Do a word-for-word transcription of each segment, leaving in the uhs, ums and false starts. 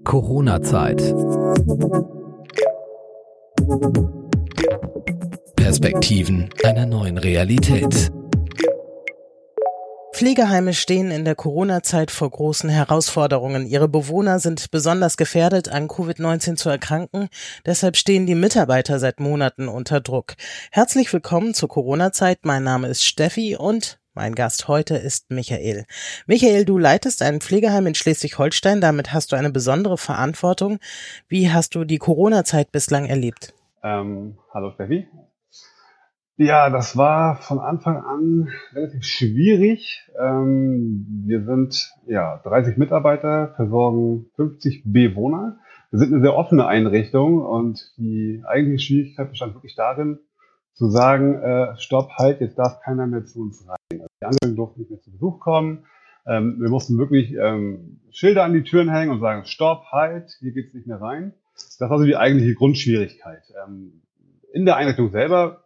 Corona-Zeit. Perspektiven einer neuen Realität. Pflegeheime stehen in der Corona-Zeit vor großen Herausforderungen. Ihre Bewohner sind besonders gefährdet, an Covid neunzehn zu erkranken. Deshalb stehen die Mitarbeiter seit Monaten unter Druck. Herzlich willkommen zur Corona-Zeit. Mein Name ist Steffi und mein Gast heute ist Michael. Michael, du leitest ein Pflegeheim in Schleswig-Holstein. Damit hast du eine besondere Verantwortung. Wie hast du die Corona-Zeit bislang erlebt? Ähm, hallo Steffi. Ja, das war von Anfang an relativ schwierig. Ähm, wir sind ja dreißig Mitarbeiter, versorgen fünfzig Bewohner. Wir sind eine sehr offene Einrichtung und die eigentliche Schwierigkeit bestand wirklich darin, zu sagen, äh, stopp, halt, jetzt darf keiner mehr zu uns rein. Also die Angehörigen durften nicht mehr zu Besuch kommen. Ähm, wir mussten wirklich ähm, Schilder an die Türen hängen und sagen, stopp, halt, hier geht's nicht mehr rein. Das war so die eigentliche Grundschwierigkeit. Ähm, in der Einrichtung selber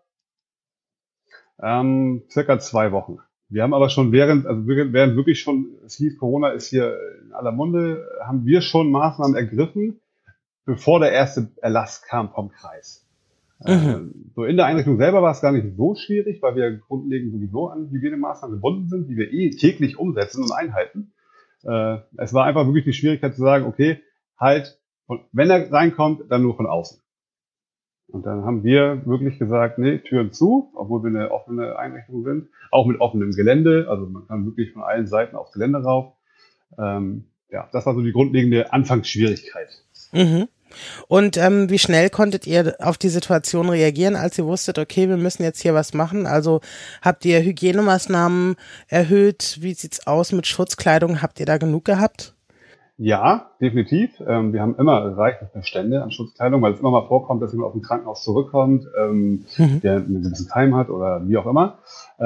Ähm, circa zwei Wochen. Wir haben aber schon während, also während wirklich schon, es hieß, Corona ist hier in aller Munde, haben wir schon Maßnahmen ergriffen, bevor der erste Erlass kam vom Kreis. Mhm. Ähm, so in der Einrichtung selber war es gar nicht so schwierig, weil wir grundlegend sowieso an Hygienemaßnahmen gebunden sind, die wir eh täglich umsetzen und einhalten. Äh, es war einfach wirklich die Schwierigkeit zu sagen, okay, halt, wenn er reinkommt, dann nur von außen. Und dann haben wir wirklich gesagt, nee, Türen zu, obwohl wir eine offene Einrichtung sind, auch mit offenem Gelände, also man kann wirklich von allen Seiten aufs Gelände rauf. Ähm, ja, das war so die grundlegende Anfangsschwierigkeit. Mhm. Und ähm, wie schnell konntet ihr auf die Situation reagieren, als ihr wusstet, okay, wir müssen jetzt hier was machen? Also habt ihr Hygienemaßnahmen erhöht? Wie sieht's aus mit Schutzkleidung? Habt ihr da genug gehabt? Ja, definitiv. Ähm, wir haben immer reichlich Bestände an Schutzkleidung, weil es immer mal vorkommt, dass jemand aus dem Krankenhaus zurückkommt, ähm, mhm. der einen gewissen Keim hat oder wie auch immer.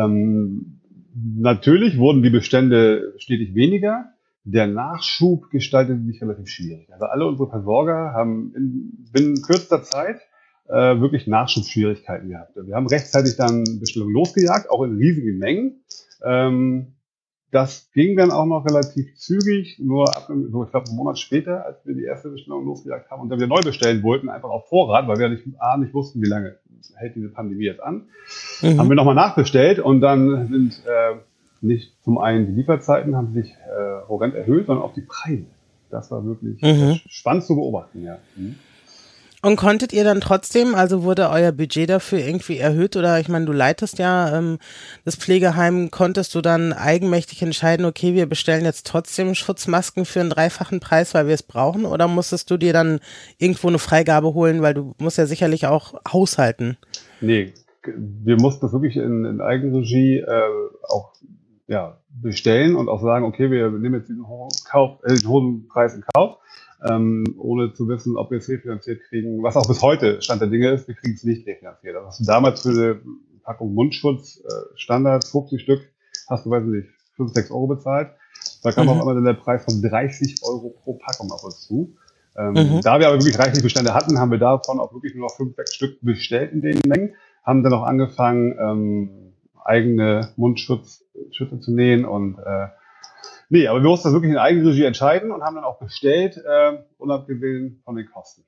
Ähm, natürlich wurden die Bestände stetig weniger. Der Nachschub gestaltete sich relativ schwierig. Also alle unsere Versorger haben in, binnen kürzester Zeit äh, wirklich Nachschubschwierigkeiten gehabt. Wir haben rechtzeitig dann Bestellungen losgejagt, auch in riesigen Mengen. Ähm, Das ging dann auch noch relativ zügig, nur ab, so ich glaube einen Monat später, als wir die erste Bestellung losgejagt haben und dann wieder neu bestellen wollten, einfach auf Vorrat, weil wir nicht, A, nicht wussten, wie lange hält diese Pandemie jetzt an. Mhm. Haben wir nochmal nachbestellt und dann sind äh, nicht zum einen die Lieferzeiten haben sich äh, horrend erhöht, sondern auch die Preise. Das war wirklich mhm. spannend zu beobachten, ja. Mhm. Und konntet ihr dann trotzdem, also wurde euer Budget dafür irgendwie erhöht oder ich meine, du leitest ja ähm, das Pflegeheim, konntest du dann eigenmächtig entscheiden, okay, wir bestellen jetzt trotzdem Schutzmasken für einen dreifachen Preis, weil wir es brauchen oder musstest du dir dann irgendwo eine Freigabe holen, weil du musst ja sicherlich auch haushalten? Nee, wir mussten das wirklich in, in Eigenregie äh, auch ja, bestellen und auch sagen, okay, wir nehmen jetzt diesen hohen, Kauf, äh, den hohen Preis in Kauf. Ähm, ohne zu wissen, ob wir es refinanziert kriegen, was auch bis heute Stand der Dinge ist, wir kriegen es nicht refinanziert. Also hast du damals für eine Packung Mundschutz, äh, Standard, fünfzig Stück, hast du, weiß ich nicht, fünf, sechs Euro bezahlt. Da kam mhm. auch immer dann der Preis von dreißig Euro pro Packung auf uns zu. Ähm, mhm. Da wir aber wirklich reichlich Bestände hatten, haben wir davon auch wirklich nur noch fünf, sechs Stück bestellt in den Mengen, haben dann auch angefangen, ähm, eigene Mundschutzschütze zu nähen und äh, Nee, aber wir mussten das wirklich in Eigenregie entscheiden und haben dann auch bestellt, äh, unabgesehen von den Kosten.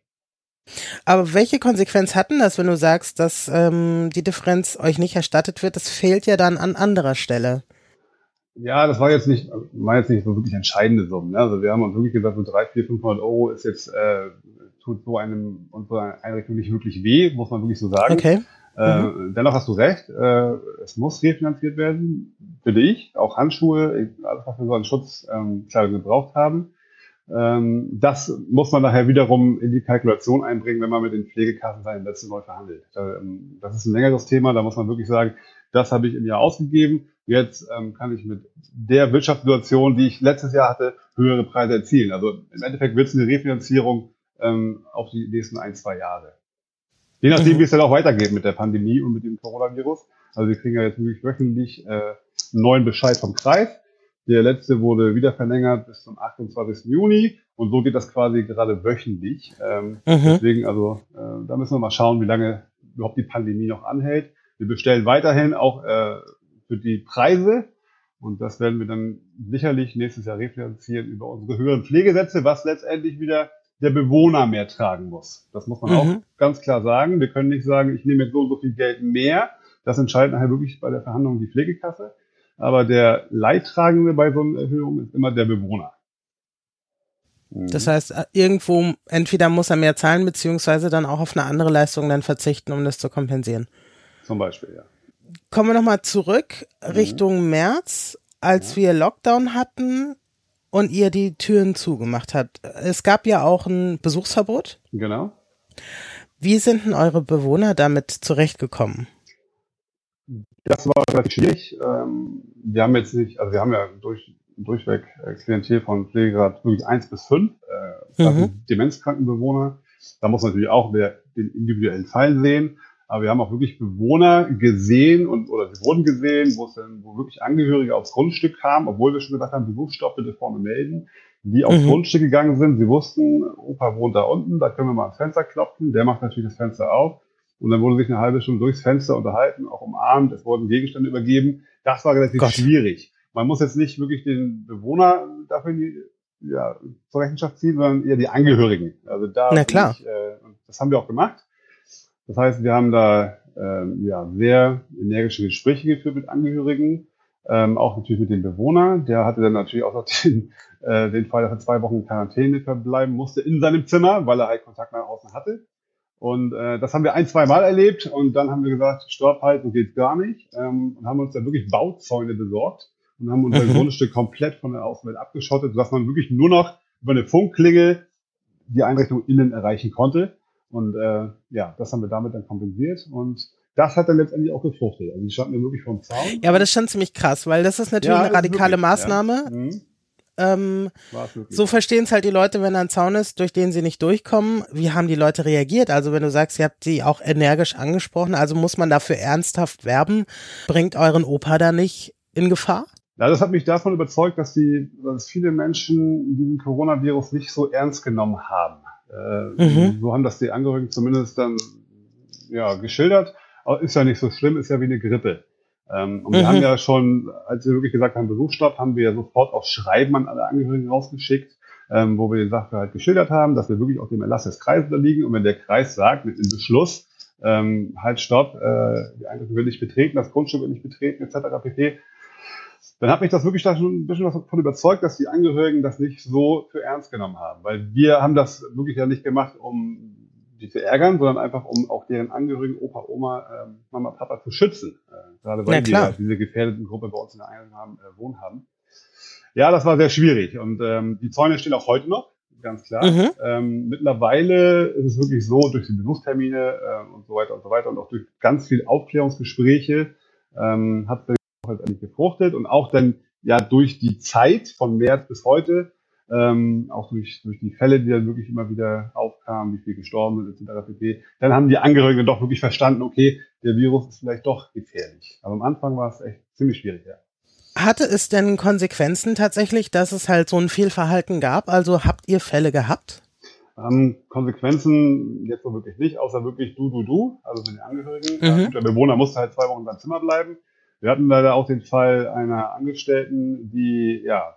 Aber welche Konsequenz hat denn das, wenn du sagst, dass ähm, die Differenz euch nicht erstattet wird? Das fehlt ja dann an anderer Stelle. Ja, das war jetzt nicht, war jetzt nicht so wirklich entscheidende Summen. Ne? Also wir haben uns wirklich gesagt, so drei, vier, fünfhundert Euro ist jetzt, äh, tut so einem unserer Einrichtung nicht wirklich weh, muss man wirklich so sagen. Okay. Äh, mhm. Dennoch hast du recht, äh, es muss refinanziert werden, finde ich, auch Handschuhe, alles was wir so an Schutzkleidung ähm, gebraucht haben. Ähm, das muss man nachher wiederum in die Kalkulation einbringen, wenn man mit den Pflegekassen seine Sätze neu verhandelt. Ähm, das ist ein längeres Thema, da muss man wirklich sagen, das habe ich im Jahr ausgegeben, jetzt ähm, kann ich mit der Wirtschaftssituation, die ich letztes Jahr hatte, höhere Preise erzielen. Also im Endeffekt wird es eine Refinanzierung ähm, auf die nächsten ein, zwei Jahre. Je nachdem, mhm. wie es dann auch weitergeht mit der Pandemie und mit dem Coronavirus. Also wir kriegen ja jetzt wirklich wöchentlich äh, einen neuen Bescheid vom Kreis. Der letzte wurde wieder verlängert bis zum achtundzwanzigsten Juni und so geht das quasi gerade wöchentlich. Ähm, mhm. Deswegen, also äh, da müssen wir mal schauen, wie lange überhaupt die Pandemie noch anhält. Wir bestellen weiterhin auch äh, für die Preise und das werden wir dann sicherlich nächstes Jahr refinanzieren über unsere höheren Pflegesätze, was letztendlich wieder der Bewohner mehr tragen muss. Das muss man mhm. auch ganz klar sagen. Wir können nicht sagen, ich nehme jetzt so und so viel Geld mehr. Das entscheidet nachher wirklich bei der Verhandlung die Pflegekasse. Aber der Leidtragende bei so einer Erhöhung ist immer der Bewohner. Das heißt, irgendwo, entweder muss er mehr zahlen, beziehungsweise dann auch auf eine andere Leistung dann verzichten, um das zu kompensieren. Zum Beispiel, ja. Kommen wir nochmal zurück Richtung mhm. März, als ja. wir Lockdown hatten und ihr die Türen zugemacht habt. Es gab ja auch ein Besuchsverbot. Genau. Wie sind denn eure Bewohner damit zurechtgekommen? Das war relativ schwierig. Wir haben jetzt nicht, also wir haben ja durch durchweg äh, Klientel von Pflegegrad wirklich eins bis fünf, äh, mhm. demenzkranken Bewohner. Da muss man natürlich auch den individuellen Fall sehen. Aber wir haben auch wirklich Bewohner gesehen und oder sie wurden gesehen, wo es dann, wo wirklich Angehörige aufs Grundstück kamen, obwohl wir schon gesagt haben, Besuchsstopp bitte vorne melden, die aufs mhm. Grundstück gegangen sind. Sie wussten, Opa wohnt da unten, da können wir mal ans Fenster klopfen. Der macht natürlich das Fenster auf. Und dann wurde sich eine halbe Stunde durchs Fenster unterhalten, auch umarmt. Es wurden Gegenstände übergeben. Das war relativ Gott. schwierig. Man muss jetzt nicht wirklich den Bewohner dafür in die, ja, zur Rechenschaft ziehen, sondern eher die Angehörigen. Also da, Na klar. Ich, äh, das haben wir auch gemacht. Das heißt, wir haben da ähm, ja sehr energische Gespräche geführt mit Angehörigen, ähm, auch natürlich mit dem Bewohner. Der hatte dann natürlich auch noch den, äh, den Fall, dass er zwei Wochen in Quarantäne verbleiben musste in seinem Zimmer, weil er halt Kontakt nach außen hatte. Und äh, das haben wir ein, zwei Mal erlebt und dann haben wir gesagt, stopp, halt, so geht's gar nicht. Ähm, und haben uns dann wirklich Bauzäune besorgt. Und haben unser mhm. Grundstück komplett von der Außenwelt abgeschottet, sodass man wirklich nur noch über eine Funkklingel die Einrichtung innen erreichen konnte. Und äh, ja, das haben wir damit dann kompensiert. Und das hat dann letztendlich auch gefruchtet. Also die standen wir wirklich vom Zaun. Ja, aber das ist schon ziemlich krass, weil das ist natürlich ja, eine radikale wirklich, Maßnahme. Ja. Mhm. Ähm, so verstehen es halt die Leute, wenn da ein Zaun ist, durch den sie nicht durchkommen. Wie haben die Leute reagiert? Also wenn du sagst, ihr habt sie auch energisch angesprochen, also muss man dafür ernsthaft werben, bringt euren Opa da nicht in Gefahr? Ja, das hat mich davon überzeugt, dass, die, dass viele Menschen diesen Coronavirus nicht so ernst genommen haben. Äh, mhm. So haben das die Angehörigen zumindest dann ja, geschildert. Aber ist ja nicht so schlimm, ist ja wie eine Grippe. Ähm, und mhm. wir haben ja schon, als wir wirklich gesagt haben, Besuchsstopp, haben wir ja sofort auch Schreiben an alle Angehörigen rausgeschickt, ähm, wo wir die Sachverhalt geschildert haben, dass wir wirklich auch dem Erlass des Kreises unterliegen. Und wenn der Kreis sagt, mit dem Beschluss, ähm, halt stopp, äh, die Einrichtung wird nicht betreten, das Grundstück wird nicht betreten, et cetera pp., dann hat mich das wirklich da schon ein bisschen davon überzeugt, dass die Angehörigen das nicht so für ernst genommen haben. Weil wir haben das wirklich ja nicht gemacht, um die zu ärgern, sondern einfach, um auch deren Angehörigen, Opa, Oma, ähm, Mama, Papa zu schützen. Äh, gerade weil wir ja diese gefährdeten Gruppe bei uns in der Einrichtung haben, äh, wohnen haben. Ja, das war sehr schwierig. Und ähm, die Zäune stehen auch heute noch, ganz klar. Mhm. Ähm, mittlerweile ist es wirklich so, durch die Besuchstermine äh, und so weiter und so weiter und auch durch ganz viel Aufklärungsgespräche ähm, hat letztendlich gefruchtet und auch dann ja durch die Zeit von März bis heute, ähm, auch durch, durch die Fälle, die dann wirklich immer wieder aufkamen, wie viel gestorben sind, et cetera pp., dann haben die Angehörigen doch wirklich verstanden, okay, der Virus ist vielleicht doch gefährlich. Aber am Anfang war es echt ziemlich schwierig, ja. Hatte es denn Konsequenzen tatsächlich, dass es halt so ein Fehlverhalten gab? Also habt ihr Fälle gehabt? Ähm, Konsequenzen jetzt so wirklich nicht, außer wirklich du, du, du, also mit den Angehörigen. Mhm. Ja, der Bewohner musste halt zwei Wochen in seinem Zimmer bleiben. Wir hatten leider auch den Fall einer Angestellten, die ja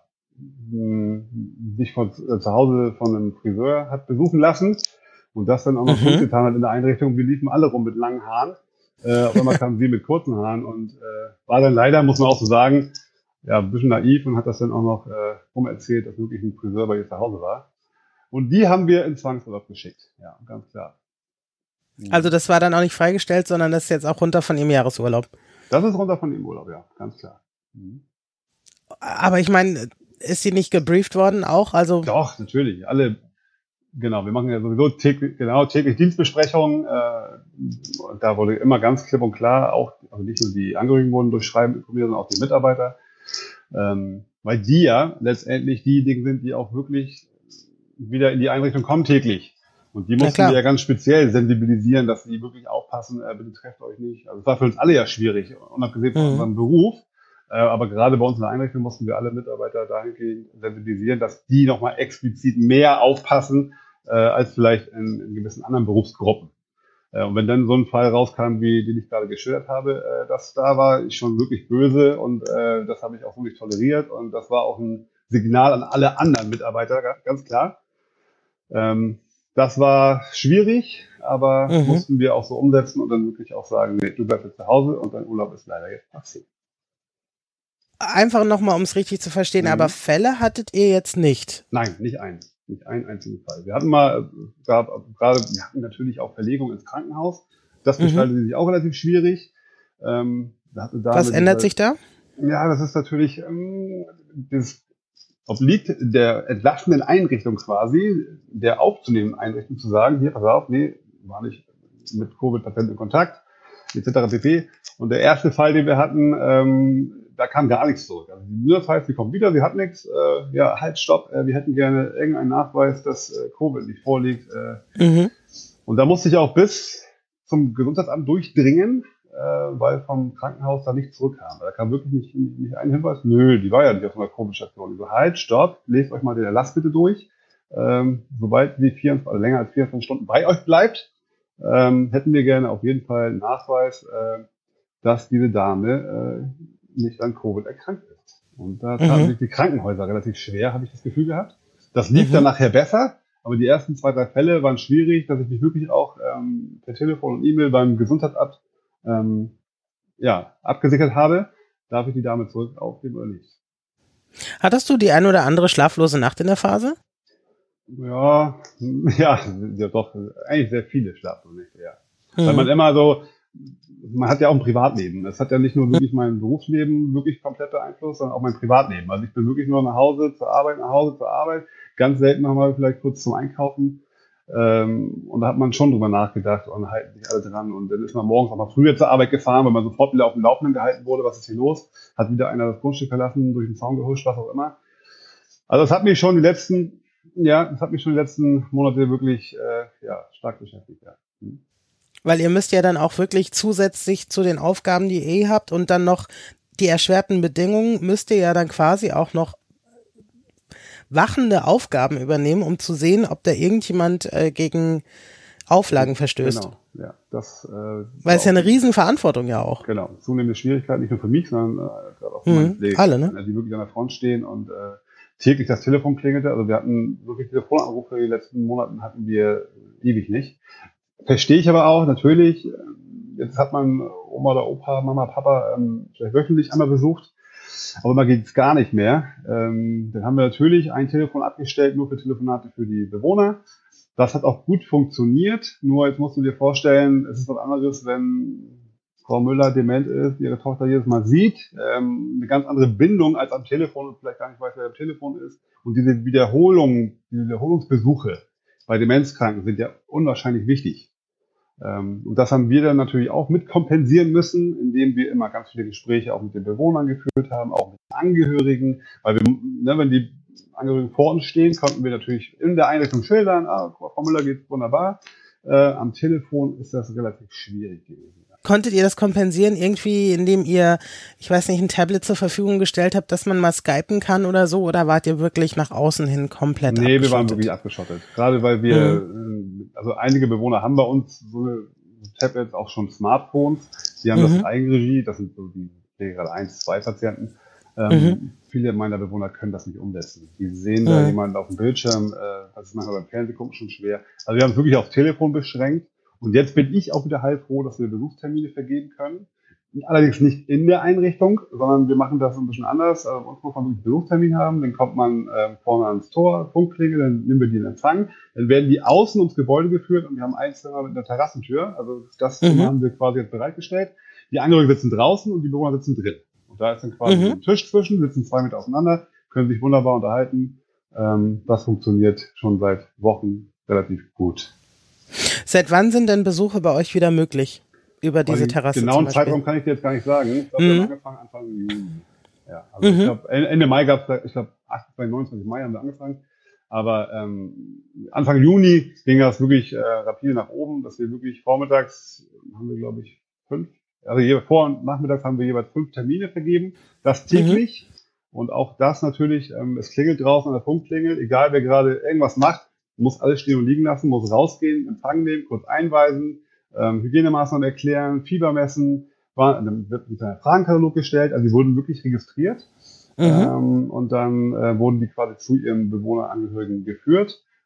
sich von, äh, zu Hause von einem Friseur hat besuchen lassen und das dann auch noch gut mhm. getan hat in der Einrichtung. Wir liefen alle rum mit langen Haaren. Äh, auf einmal kam sie mit kurzen Haaren und äh, war dann leider, muss man auch so sagen, ja, ein bisschen naiv und hat das dann auch noch äh, rumerzählt, dass wirklich ein Friseur bei ihr zu Hause war. Und die haben wir in Zwangsurlaub geschickt. Ja, ganz klar. Also das war dann auch nicht freigestellt, sondern das ist jetzt auch runter von ihrem Jahresurlaub. Das ist runter von ihrem Urlaub, ja, ganz klar. Mhm. Aber ich meine, ist sie nicht gebrieft worden auch? Also doch, natürlich. Alle, genau, wir machen ja sowieso täglich, genau, täglich Dienstbesprechungen. Äh, da wurde immer ganz klipp und klar, auch, also nicht nur die Angehörigen wurden durch Schreiben informiert, sondern auch die Mitarbeiter. Ähm, weil die ja letztendlich diejenigen sind, die auch wirklich wieder in die Einrichtung kommen täglich. Und die mussten wir ja ganz speziell sensibilisieren, dass sie wirklich aufpassen, äh, bitte trefft euch nicht. Also es war für uns alle ja schwierig, unabgesehen von mhm. unserem Beruf. Äh, aber gerade bei uns in der Einrichtung mussten wir alle Mitarbeiter dahingehend sensibilisieren, dass die nochmal explizit mehr aufpassen, äh, als vielleicht in, in gewissen anderen Berufsgruppen. Äh, und wenn dann so ein Fall rauskam, wie den ich gerade geschildert habe, äh, das da war ich schon wirklich böse und äh, das habe ich auch wirklich toleriert. Und das war auch ein Signal an alle anderen Mitarbeiter, ganz klar. Ähm, das war schwierig, aber Mhm. mussten wir auch so umsetzen und dann wirklich auch sagen, nee, du bleibst jetzt zu Hause und dein Urlaub ist leider jetzt passiert. Einfach nochmal, um es richtig zu verstehen, Mhm. aber Fälle hattet ihr jetzt nicht? Nein, nicht einen. Nicht einen einzigen Fall. Wir hatten mal, gab, gerade, wir hatten natürlich auch Verlegung ins Krankenhaus. Das Mhm. gestaltet sich auch relativ schwierig. Ähm, da hatte Was Dame ändert diese- sich da? Ja, das ist natürlich, ähm, das obliegt der entlastenden Einrichtung quasi, der aufzunehmenden Einrichtung zu sagen, hier, pass auf, nee, war nicht mit Covid-Patienten in Kontakt, et cetera pp. Und der erste Fall, den wir hatten, ähm, da kam gar nichts zurück. Also das heißt, sie kommt wieder, sie hat nichts, äh, ja, halt, stopp, äh, wir hätten gerne irgendeinen Nachweis, dass äh, Covid nicht vorliegt. Äh, Mhm. und da musste ich auch bis zum Gesundheitsamt durchdringen, äh, weil vom Krankenhaus da nichts zurückkam. Da kam wirklich nicht, nicht, nicht ein Hinweis. Nö, die war ja nicht auf einer Covid-Station. Ich so, halt, stopp, lest euch mal den Erlass bitte durch. Ähm, sobald die vierundzwanzig, also länger als vierundzwanzig Stunden bei euch bleibt, ähm, hätten wir gerne auf jeden Fall einen Nachweis, äh, dass diese Dame äh, nicht an Covid erkrankt ist. Und da taten Mhm. sich die Krankenhäuser relativ schwer, habe ich das Gefühl gehabt. Das lief Mhm. dann nachher besser, aber die ersten zwei, drei Fälle waren schwierig, dass ich mich wirklich auch ähm, per Telefon und E-Mail beim Gesundheitsamt ähm, ja, abgesichert habe. Darf ich die Dame zurück aufnehmen oder nicht? Hattest du die ein oder andere schlaflose Nacht in der Phase? Ja, ja, ja doch, eigentlich sehr viele Schlafnächte, ja. Weil man Mhm. immer so, man hat ja auch ein Privatleben. Das hat ja nicht nur wirklich mein Berufsleben wirklich komplett beeinflusst, sondern auch mein Privatleben. Also ich bin wirklich nur nach Hause, zur Arbeit, nach Hause, zur Arbeit. Ganz selten nochmal vielleicht kurz zum Einkaufen. Ähm, und da hat man schon drüber nachgedacht und halten sich alle dran. Und dann ist man morgens auch mal früher zur Arbeit gefahren, weil man sofort wieder auf dem Laufenden gehalten wurde. Was ist hier los? Hat wieder einer das Grundstück verlassen, durch den Zaun gehuscht, was auch immer. Also das hat mich schon die letzten, ja, das hat mich schon die letzten Monate wirklich äh, ja, stark beschäftigt, ja. Hm. Weil ihr müsst ja dann auch wirklich zusätzlich zu den Aufgaben, die ihr eh habt und dann noch die erschwerten Bedingungen, müsst ihr ja dann quasi auch noch wachende Aufgaben übernehmen, um zu sehen, ob da irgendjemand äh, gegen Auflagen verstößt. Genau, ja. Das, äh, Weil es ja eine Riesenverantwortung ja auch. Genau, zunehmende Schwierigkeit, nicht nur für mich, sondern äh, gerade auch für Mhm, meine Pflege, alle, ne? die wirklich an der Front stehen und äh, täglich das Telefon klingelte. Also wir hatten wirklich Telefonanrufe, die letzten Monaten hatten wir ewig nicht. Verstehe ich aber auch, natürlich, äh, jetzt hat man Oma oder Opa, Mama, Papa ähm, vielleicht wöchentlich einmal besucht, aber immer geht es gar nicht mehr. Ähm, dann haben wir natürlich ein Telefon abgestellt, nur für Telefonate für die Bewohner. Das hat auch gut funktioniert, nur jetzt musst du dir vorstellen, es ist was anderes, wenn Frau Müller dement ist, ihre Tochter jedes Mal sieht, ähm, eine ganz andere Bindung als am Telefon und vielleicht gar nicht weiß, wer am Telefon ist. Und diese Wiederholung, diese Wiederholungsbesuche bei Demenzkranken sind ja unwahrscheinlich wichtig. Ähm, und das haben wir dann natürlich auch mit kompensieren müssen, indem wir immer ganz viele Gespräche auch mit den Bewohnern geführt haben, auch mit den Angehörigen, weil wir, ne, wenn die Angehörigen vor uns stehen, konnten wir natürlich in der Einrichtung schildern, ah, Frau Müller geht wunderbar. Äh, am Telefon ist das relativ schwierig gewesen. Konntet ihr das kompensieren irgendwie, indem ihr, ich weiß nicht, ein Tablet zur Verfügung gestellt habt, dass man mal skypen kann oder so? Oder wart ihr wirklich nach außen hin komplett Nee, abgeschottet? wir waren wirklich abgeschottet. Gerade weil wir, mhm. also einige Bewohner haben bei uns so eine Tablets, auch schon Smartphones. Die haben Mhm. das Eigenregie, das sind so die, die gerade eins, zwei Patienten. Ähm, Mhm. Viele meiner Bewohner können das nicht umsetzen. Die sehen da Mhm. jemanden auf dem Bildschirm, äh, das ist manchmal beim Fernsehgucken schon schwer. Also wir haben es wirklich aufs Telefon beschränkt. Und jetzt bin ich auch wieder heilfroh, dass wir Besuchstermine vergeben können. Allerdings nicht in der Einrichtung, sondern wir machen das ein bisschen anders. Also uns muss man wirklich einen Besuchstermin haben, dann kommt man ähm, vorne ans Tor, Funkklingel, dann nehmen wir die in Empfang. Dann werden die außen ums Gebäude geführt und wir haben ein Zimmer mit einer Terrassentür. Also das Mhm. Zimmer haben wir quasi jetzt bereitgestellt. Die Angehörigen sitzen draußen und die Bewohner sitzen drin. Und da ist dann quasi Mhm. ein Tisch zwischen, sitzen zwei Meter auseinander, können sich wunderbar unterhalten. Ähm, das funktioniert schon seit Wochen relativ gut. Seit wann sind denn Besuche bei euch wieder möglich? Über diese Den Terrasse genauen zum Beispiel? Zeitraum kann ich dir jetzt gar nicht sagen. Ich glaube, Mhm. wir haben angefangen Anfang Juni. Ja, also Mhm. ich glaube, Ende Mai gab es, ich glaube, achtundzwanzig, neunundzwanzig Mai haben wir angefangen. Aber ähm, Anfang Juni ging das wirklich äh, rapide nach oben, dass wir wirklich vormittags haben wir, glaube ich, fünf, also je, vor und nachmittags haben wir jeweils fünf Termine vergeben, das täglich. Mhm. Und auch das natürlich, ähm, es klingelt draußen an der Funkklingel, egal wer gerade irgendwas macht, muss alles stehen und liegen lassen, muss rausgehen, Empfang nehmen, kurz einweisen, ähm, Hygienemaßnahmen erklären, Fieber messen, war, dann wird ein kleiner Fragenkatalog gestellt, also die wurden wirklich registriert. Mhm. Ähm, und dann äh, wurden die quasi zu ihren Bewohnerangehörigen geführt.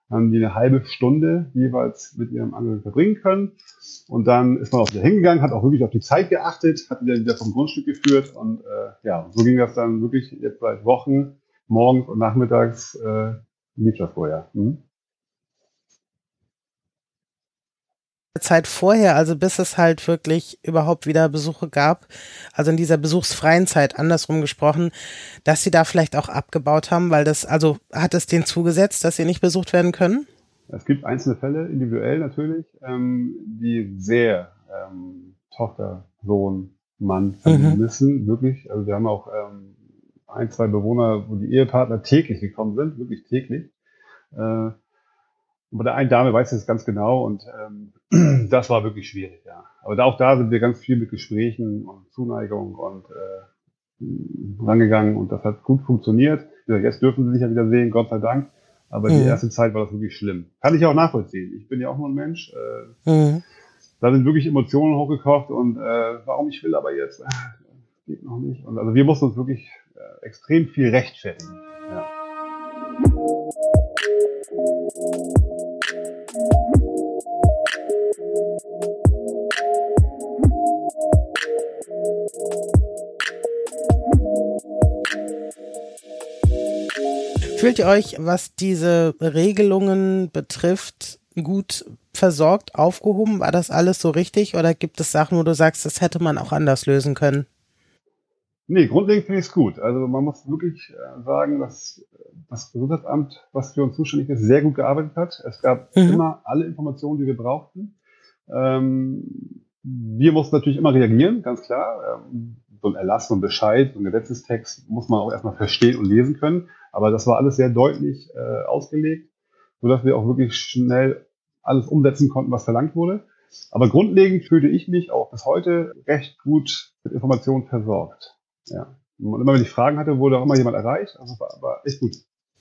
haben die eine halbe Stunde jeweils mit ihrem Angehörigen verbringen können. Und dann ist man auch wieder hingegangen, hat auch wirklich auf die Zeit geachtet, hat wieder, wieder vom Grundstück geführt. Und äh, ja, so ging das dann wirklich jetzt seit Wochen, morgens und nachmittags äh, lief das vorher. Hm? Zeit vorher, also bis es halt wirklich überhaupt wieder Besuche gab, also in dieser besuchsfreien Zeit, andersrum gesprochen, dass sie da vielleicht auch abgebaut haben, weil das, also hat es denen zugesetzt, dass sie nicht besucht werden können? Es gibt einzelne Fälle, individuell natürlich, ähm, die sehr ähm, Tochter, Sohn, Mann vermissen, mhm. wirklich. Also wir haben auch ähm, ein, zwei Bewohner, wo die Ehepartner täglich gekommen sind, wirklich täglich. Äh, bei der einen Dame weiß ich das ganz genau und ähm, das war wirklich schwierig, ja. Aber da, auch da sind wir ganz viel mit Gesprächen und Zuneigung und äh, rangegangen und das hat gut funktioniert. Jetzt dürfen sie sich ja wieder sehen, Gott sei Dank. Aber mhm. die erste Zeit war das wirklich schlimm. Kann ich auch nachvollziehen. Ich bin ja auch nur ein Mensch. Äh, mhm. Da sind wirklich Emotionen hochgekocht und äh, warum ich will aber jetzt, äh, geht noch nicht. Und also wir mussten uns wirklich äh, extrem viel rechtfertigen. Ja. Fühlt ihr euch, was diese Regelungen betrifft, gut versorgt, aufgehoben? War das alles so richtig oder gibt es Sachen, wo du sagst, das hätte man auch anders lösen können? Nee, grundlegend finde ich es gut. Also man muss wirklich sagen, dass das Gesundheitsamt, was für uns zuständig ist, sehr gut gearbeitet hat. Es gab mhm. immer alle Informationen, die wir brauchten. Ähm, wir mussten natürlich immer reagieren, ganz klar. Ähm, so ein Erlass, so ein Bescheid, so ein Gesetzestext muss man auch erstmal verstehen und lesen können. Aber das war alles sehr deutlich äh, ausgelegt, sodass wir auch wirklich schnell alles umsetzen konnten, was verlangt wurde. Aber grundlegend fühlte ich mich auch bis heute recht gut mit Informationen versorgt. Ja. Und immer wenn ich Fragen hatte, wurde auch immer jemand erreicht. Also war, war echt gut.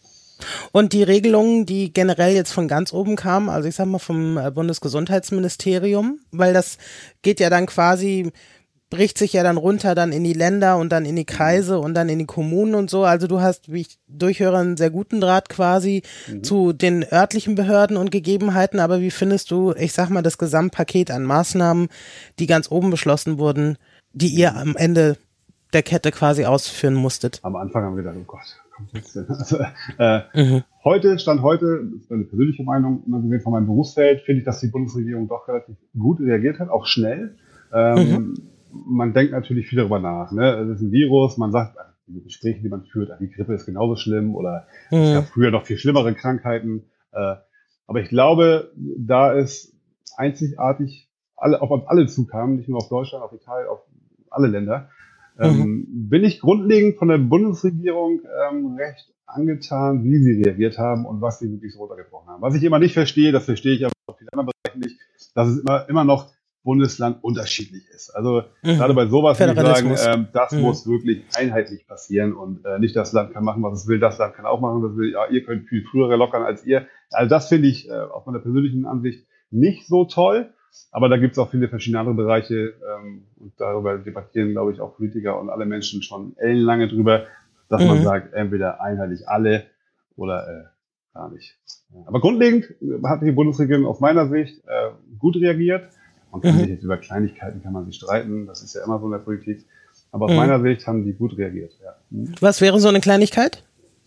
Und die Regelungen, die generell jetzt von ganz oben kamen, also ich sag mal vom Bundesgesundheitsministerium, weil das geht ja dann quasi, bricht sich ja dann runter dann in die Länder und dann in die Kreise und dann in die Kommunen und so. Also du hast, wie ich durchhöre, einen sehr guten Draht quasi mhm. zu den örtlichen Behörden und Gegebenheiten. Aber wie findest du, ich sag mal, das Gesamtpaket an Maßnahmen, die ganz oben beschlossen wurden, die ihr am Ende der Kette quasi ausführen musstet? Am Anfang haben wir gedacht, oh Gott, kommt jetzt denn? Also, äh, mhm. Heute, Stand heute, das ist meine persönliche Meinung, immer gesehen von meinem Berufsfeld, finde ich, dass die Bundesregierung doch relativ gut reagiert hat, auch schnell. Ähm, mhm. Man denkt natürlich viel darüber nach. Ne? Es ist ein Virus, man sagt, die Gespräche, die man führt, die Grippe ist genauso schlimm oder mhm. es gab früher noch viel schlimmere Krankheiten. Äh, aber ich glaube, da ist einzigartig alle, auf uns alle zukamen, nicht nur auf Deutschland, auf Italien, auf alle Länder, ähm, mhm. bin ich grundlegend von der Bundesregierung ähm, recht angetan, wie sie reagiert haben und was sie wirklich so runtergebrochen haben. Was ich immer nicht verstehe, das verstehe ich aber auf vielen anderen Bereichen nicht, dass es immer, immer noch Bundesland unterschiedlich ist. Also mhm. gerade bei sowas würde ich sagen, ähm, das mhm. muss wirklich einheitlich passieren und äh, nicht das Land kann machen, was es will, das Land kann auch machen, was es will. Ja, ihr könnt viel früher lockern als ihr. Also das finde ich äh, aus meiner persönlichen Ansicht nicht so toll, aber da gibt es auch viele verschiedene andere Bereiche ähm, und darüber debattieren, glaube ich, auch Politiker und alle Menschen schon ellenlange drüber, dass mhm. man sagt, entweder einheitlich alle oder äh, gar nicht. Aber grundlegend hat die Bundesregierung aus meiner Sicht äh, gut reagiert. Man kann mhm. sich jetzt über Kleinigkeiten kann man sich streiten, das ist ja immer so in der Politik. Aber aus mhm. meiner Sicht haben die gut reagiert. Ja. Mhm. Was wäre so eine Kleinigkeit?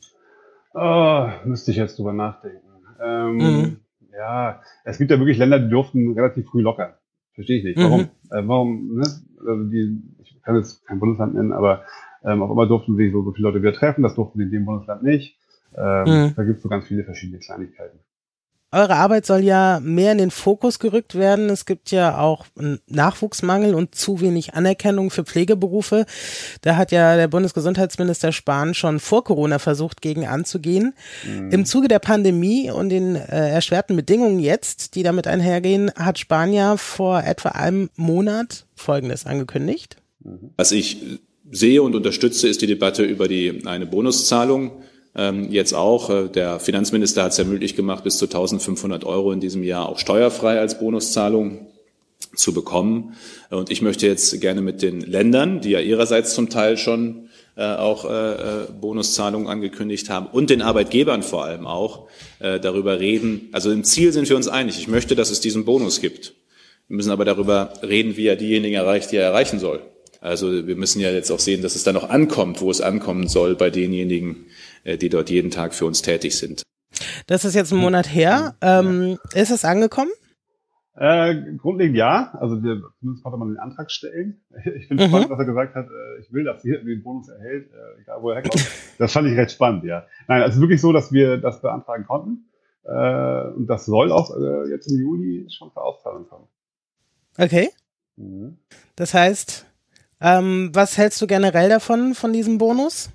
Oh, müsste ich jetzt drüber nachdenken. Ähm, mhm. Ja, es gibt ja wirklich Länder, die durften relativ früh lockern. Verstehe ich nicht. Warum? Mhm. Äh, warum? Ne? Also die, ich kann jetzt kein Bundesland nennen, aber ähm, auf einmal durften sich so, so viele Leute wieder treffen. Das durften sie in dem Bundesland nicht. Ähm, mhm. Da gibt es so ganz viele verschiedene Kleinigkeiten. Eure Arbeit soll ja mehr in den Fokus gerückt werden. Es gibt ja auch einen Nachwuchsmangel und zu wenig Anerkennung für Pflegeberufe. Da hat ja der Bundesgesundheitsminister Spahn schon vor Corona versucht, gegen anzugehen. Mhm. Im Zuge der Pandemie und den äh, erschwerten Bedingungen jetzt, die damit einhergehen, hat Spahn ja vor etwa einem Monat Folgendes angekündigt. Was ich sehe und unterstütze, ist die Debatte über die eine Bonuszahlung. Jetzt auch, der Finanzminister hat es ja möglich gemacht, bis zu eintausendfünfhundert Euro in diesem Jahr auch steuerfrei als Bonuszahlung zu bekommen. Und ich möchte jetzt gerne mit den Ländern, die ja ihrerseits zum Teil schon äh, auch äh, Bonuszahlungen angekündigt haben und den Arbeitgebern vor allem auch äh, darüber reden. Also im Ziel sind wir uns einig. Ich möchte, dass es diesen Bonus gibt. Wir müssen aber darüber reden, wie er diejenigen erreicht, die er erreichen soll. Also wir müssen ja jetzt auch sehen, dass es dann noch ankommt, wo es ankommen soll bei denjenigen, die dort jeden Tag für uns tätig sind. Das ist jetzt ein Monat her. Ähm, ist es angekommen? Äh, grundlegend ja. Also wir, zumindest konnte man den Antrag stellen. Ich finde es mhm. spannend, dass er gesagt hat, äh, ich will, dass jeder den Bonus erhält, äh, egal wo er herkommt. Das fand ich recht spannend, ja. Nein, also wirklich so, dass wir das beantragen konnten. Äh, und das soll auch äh, jetzt im Juli schon zur Auszahlung kommen. Okay. Mhm. Das heißt, ähm, was hältst du generell davon, von diesem Bonus?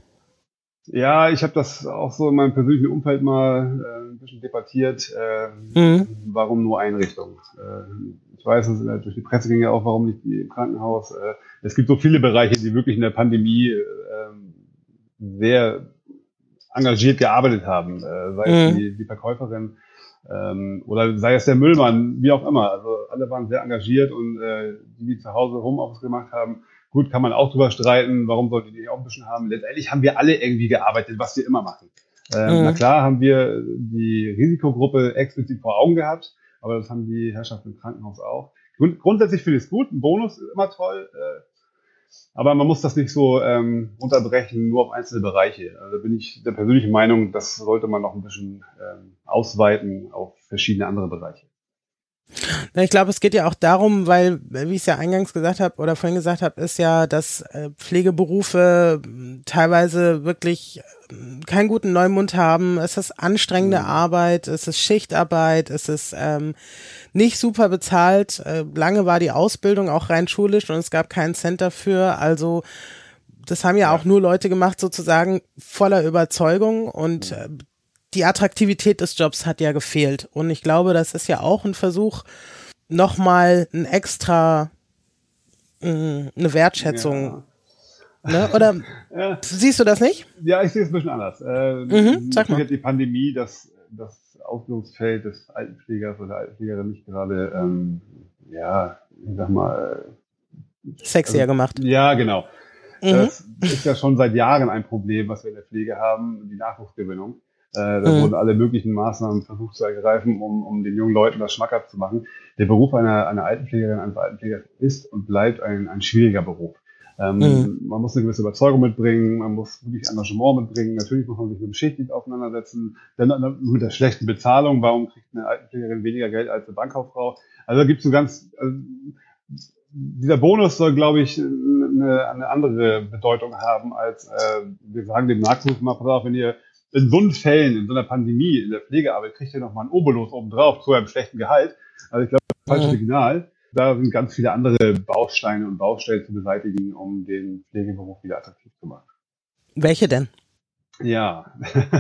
Ja, ich habe das auch so in meinem persönlichen Umfeld mal äh, ein bisschen debattiert. Äh, mhm. Warum nur Einrichtungen? Äh, ich weiß, es ist, durch die Presse ging ja auch, warum nicht die im Krankenhaus. Äh, es gibt so viele Bereiche, die wirklich in der Pandemie äh, sehr engagiert gearbeitet haben. Äh, sei es mhm. die, die Verkäuferin ähm, oder sei es der Müllmann, wie auch immer. Also alle waren sehr engagiert und äh, die, die zu Hause Homeoffice gemacht haben, gut, kann man auch drüber streiten, warum sollte die auch ein bisschen haben. Letztendlich haben wir alle irgendwie gearbeitet, was wir immer machen. Ähm, mhm. Na klar haben wir die Risikogruppe explizit vor Augen gehabt, aber das haben die Herrschaften im Krankenhaus auch. Grund, grundsätzlich finde ich es gut, ein Bonus ist immer toll, äh, aber man muss das nicht so ähm, unterbrechen, nur auf einzelne Bereiche. Also da bin ich der persönlichen Meinung, das sollte man noch ein bisschen ähm, ausweiten auf verschiedene andere Bereiche. Ich glaube, es geht ja auch darum, weil, wie ich es ja eingangs gesagt habe oder vorhin gesagt habe, ist ja, dass Pflegeberufe teilweise wirklich keinen guten Neumund haben. Es ist anstrengende mhm. Arbeit, es ist Schichtarbeit, es ist ähm, nicht super bezahlt. Äh, lange war die Ausbildung auch rein schulisch und es gab keinen Cent dafür. Also das haben ja, ja. auch nur Leute gemacht, sozusagen voller Überzeugung und äh, die Attraktivität des Jobs hat ja gefehlt. Und ich glaube, das ist ja auch ein Versuch, nochmal ein extra, mh, eine Wertschätzung. Ja. Ne? Oder ja. Siehst du das nicht? Ja, ich sehe es ein bisschen anders. Äh, mhm, sag mal. Hat die Pandemie das, das Ausbildungsfeld des Altenpflegers oder Altenpflegerin nicht gerade, ähm, ja, ich sag mal, sexier also, gemacht. Ja, genau. Mhm. Das ist ja schon seit Jahren ein Problem, was wir in der Pflege haben, die Nachwuchsgewinnung. Äh, da mhm. wurden alle möglichen Maßnahmen versucht zu ergreifen, um, um den jungen Leuten das schmackhaft zu machen. Der Beruf einer, einer Altenpflegerin, eines Altenpflegers ist und bleibt ein, ein schwieriger Beruf. Ähm, mhm. Man muss eine gewisse Überzeugung mitbringen, man muss wirklich Engagement mitbringen. Natürlich muss man sich mit dem Schichtdienst auseinandersetzen. Dann mit der schlechten Bezahlung. Warum kriegt eine Altenpflegerin weniger Geld als eine Bankkauffrau? Also da gibt es so ganz... Also, dieser Bonus soll, glaube ich, eine, eine andere Bedeutung haben, als äh, wir sagen dem Nachwuchs mal, pass auf, wenn ihr in so Fällen, in so einer Pandemie, in der Pflegearbeit, kriegt ihr noch mal einen Obolus obendrauf zu einem schlechten Gehalt. Also ich glaube, das ist ein falsches Signal. Da sind ganz viele andere Bausteine und Baustellen zu beseitigen, um den Pflegeberuf wieder attraktiv zu machen. Welche denn? Ja.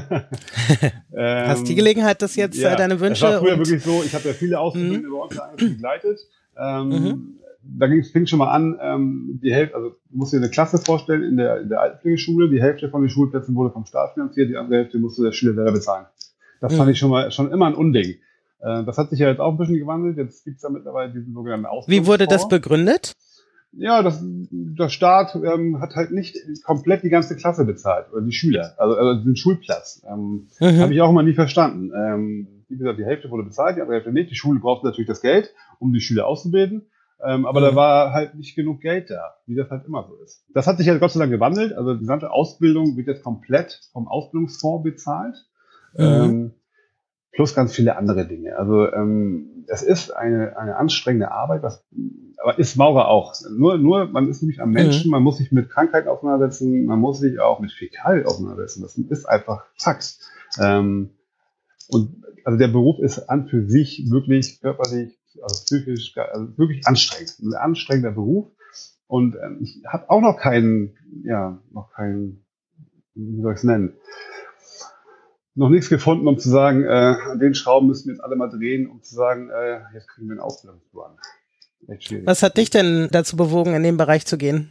Hast du die Gelegenheit, das jetzt ja, deine Wünsche... Das war früher wirklich so, ich habe ja viele Auszubildende bei uns begleitet. Ähm, mhm. Da ging es fing schon mal an, ähm, die Hälfte, also du musst dir eine Klasse vorstellen in der, in der Altenpflegeschule, die Hälfte von den Schulplätzen wurde vom Staat finanziert, die andere Hälfte musste der Schüler selber bezahlen. Das mhm. fand ich schon mal schon immer ein Unding. Äh, das hat sich ja jetzt auch ein bisschen gewandelt, jetzt gibt's da mittlerweile diesen sogenannten Ausbildungsfonds. Wie wurde das begründet? Ja, das, der Staat ähm, hat halt nicht komplett die ganze Klasse bezahlt, oder die Schüler, also, also den Schulplatz. Ähm, mhm. Habe ich auch immer nie verstanden. Ähm, wie gesagt, die Hälfte wurde bezahlt, die andere Hälfte nicht. Die Schule brauchte natürlich das Geld, um die Schüler auszubilden. Ähm, aber mhm. da war halt nicht genug Geld da, wie das halt immer so ist. Das hat sich ja Gott sei Dank gewandelt. Also die gesamte Ausbildung wird jetzt komplett vom Ausbildungsfonds bezahlt. Mhm. Ähm, plus ganz viele andere Dinge. Also ähm, es ist eine, eine anstrengende Arbeit, was, aber ist Maurer auch. Nur, nur man ist nämlich am Menschen, mhm. man muss sich mit Krankheiten auseinandersetzen, man muss sich auch mit Fäkalien auseinandersetzen. Das ist einfach Fakt. Ähm, und also der Beruf ist an für sich wirklich körperlich, also psychisch, also wirklich anstrengend. Ein anstrengender Beruf. Und ähm, ich habe auch noch keinen, ja, noch keinen, wie soll ich es nennen, noch nichts gefunden, um zu sagen, äh, an den Schrauben müssen wir jetzt alle mal drehen, um zu sagen, äh, jetzt kriegen wir einen Ausbildungsplan. Echt schwierig. Was hat dich denn dazu bewogen, in den Bereich zu gehen?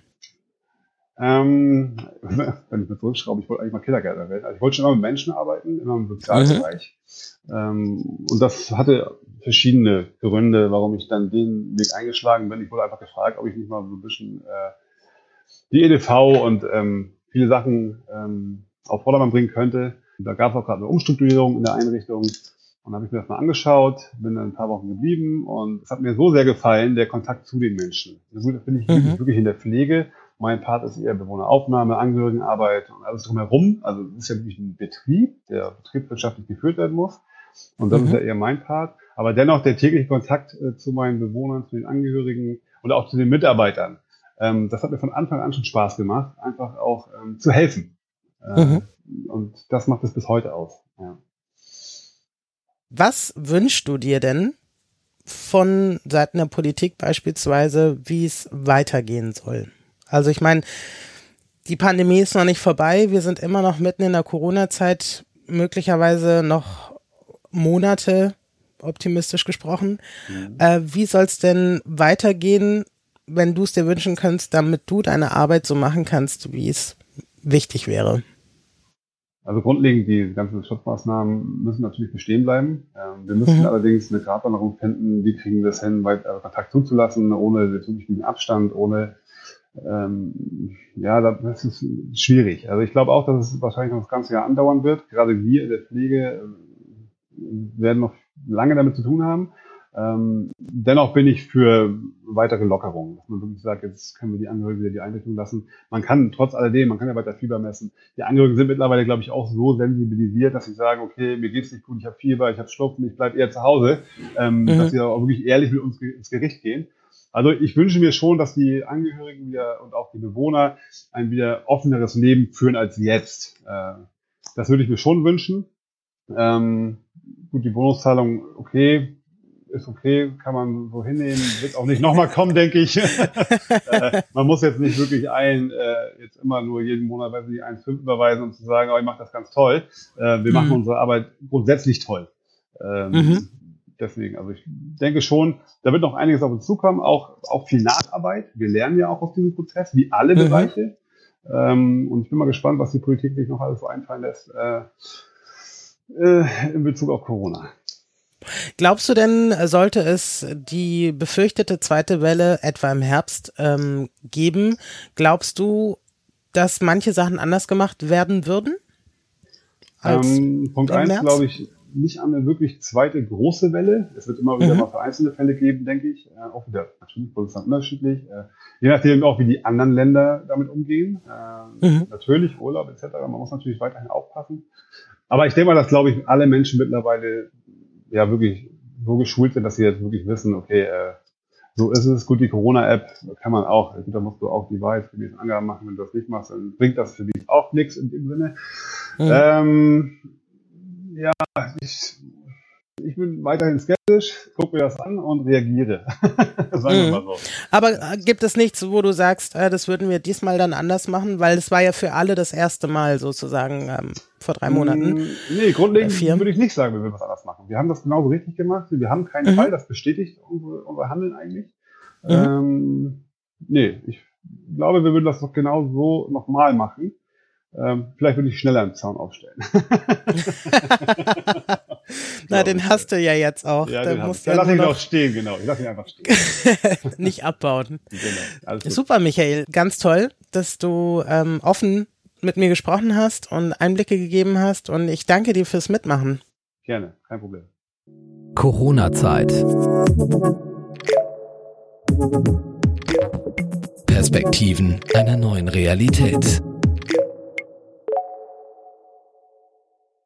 Ähm, wenn ich mir zurückschraube, ich wollte eigentlich mal Kindergärtner werden. Also ich wollte schon immer mit Menschen arbeiten, immer im Sozialbereich. Mhm. Ähm, und das hatte verschiedene Gründe, warum ich dann den Weg eingeschlagen bin. Ich wurde einfach gefragt, ob ich nicht mal so ein bisschen äh, die E D V und ähm, viele Sachen ähm, auf Vordermann bringen könnte. Da gab es auch gerade eine Umstrukturierung in der Einrichtung. Und dann habe ich mir das mal angeschaut, bin dann ein paar Wochen geblieben und es hat mir so sehr gefallen, der Kontakt zu den Menschen. Also gut, bin ich mhm. wirklich, wirklich in der Pflege. Mein Part ist eher Bewohneraufnahme, Angehörigenarbeit und alles drumherum. Also es ist ja wirklich ein Betrieb, der betriebswirtschaftlich geführt werden muss. Und das mhm. ist ja eher mein Part. Aber dennoch der tägliche Kontakt äh, zu meinen Bewohnern, zu den Angehörigen und auch zu den Mitarbeitern. Ähm, das hat mir von Anfang an schon Spaß gemacht, einfach auch ähm, zu helfen. Äh, mhm. Und das macht es bis heute aus. Ja. Was wünschst du dir denn von Seiten der Politik beispielsweise, wie es weitergehen soll? Also ich meine, die Pandemie ist noch nicht vorbei, wir sind immer noch mitten in der Corona-Zeit, möglicherweise noch Monate, optimistisch gesprochen. Mhm. Äh, wie soll es denn weitergehen, wenn du es dir wünschen könntest, damit du deine Arbeit so machen kannst, wie es wichtig wäre? Also grundlegend, die ganzen Schutzmaßnahmen müssen natürlich bestehen bleiben. Ähm, wir müssen mhm. allerdings eine Gratwanderung finden, wie kriegen wir es hin, weiter Kontakt zuzulassen, ohne wirklich Abstand, ohne, ähm, ja, das ist schwierig. Also ich glaube auch, dass es wahrscheinlich noch das ganze Jahr andauern wird. Gerade wir in der Pflege werden noch lange damit zu tun haben. Ähm, dennoch bin ich für weitere Lockerungen, dass man wirklich sagt, jetzt können wir die Angehörigen wieder die Einrichtung lassen. Man kann trotz alledem, man kann ja weiter Fieber messen. Die Angehörigen sind mittlerweile, glaube ich, auch so sensibilisiert, dass sie sagen, okay, mir geht's nicht gut, ich habe Fieber, ich habe Schnupfen, ich bleibe eher zu Hause, ähm, mhm. dass sie auch wirklich ehrlich mit uns ins Gericht gehen. Also ich wünsche mir schon, dass die Angehörigen wieder und auch die Bewohner ein wieder offeneres Leben führen als jetzt. Äh, das würde ich mir schon wünschen. Ähm, gut, die Bonuszahlung, okay, ist okay, kann man so hinnehmen, wird auch nicht nochmal kommen, denke ich. äh, man muss jetzt nicht wirklich ein, äh, jetzt immer nur jeden Monat, weiß ich, eins Komma fünf überweisen, um zu sagen, oh, ich mache das ganz toll. Äh, wir mhm. machen unsere Arbeit grundsätzlich toll. Ähm, mhm. Deswegen, also ich denke schon, da wird noch einiges auf uns zukommen, auch, auch viel Nacharbeit. Wir lernen ja auch aus diesem Prozess, wie alle mhm. Bereiche. Ähm, und ich bin mal gespannt, was die Politik sich noch alles so einfallen lässt äh, äh, in Bezug auf Corona. Glaubst du denn, sollte es die befürchtete zweite Welle etwa im Herbst ähm, geben, glaubst du, dass manche Sachen anders gemacht werden würden? Als ähm, Punkt eins, glaube ich, nicht an eine wirklich zweite große Welle. Es wird immer wieder mhm. mal vereinzelte Fälle geben, denke ich. Äh, auch wieder natürlich Bundesland unterschiedlich. Äh, je nachdem auch, wie die anderen Länder damit umgehen. Äh, mhm. Natürlich Urlaub et cetera. Man muss natürlich weiterhin aufpassen. Aber ich denke mal, dass, glaube ich, alle Menschen mittlerweile ja wirklich so geschult sind, dass sie jetzt wirklich wissen, okay, äh, so ist es. Gut, die Corona-App kann man auch, da musst du auch die wahrheitsgemäßen Angaben machen. Wenn du das nicht machst, dann bringt das für dich auch nichts in dem Sinne. Mhm. Ähm, ja, ich, ich bin weiterhin skeptisch, gucke mir das an und reagiere. Sagen wir mal so. Aber gibt es nichts, wo du sagst, äh, das würden wir diesmal dann anders machen? Weil es war ja für alle das erste Mal sozusagen ähm, vor drei Monaten. Nee, grundlegend würde ich nicht sagen, wir würden was anders machen. Wir haben das genauso richtig gemacht. Wir haben keinen mhm. Fall, das bestätigt unsere, unser Handeln eigentlich. Mhm. Ähm, nee, ich glaube, wir würden das doch genau so nochmal machen. Ähm, vielleicht würde ich schneller im Zaun aufstellen. Na, so, den hast du ja jetzt auch. Ja, den musst ja, lass ihn auch stehen, genau. Ich lass ihn einfach stehen. Nicht abbauen. Genau. Alles gut. Super, Michael. Ganz toll, dass du ähm, offen mit mir gesprochen hast und Einblicke gegeben hast. Und ich danke dir fürs Mitmachen. Gerne, kein Problem. Corona-Zeit. Perspektiven einer neuen Realität.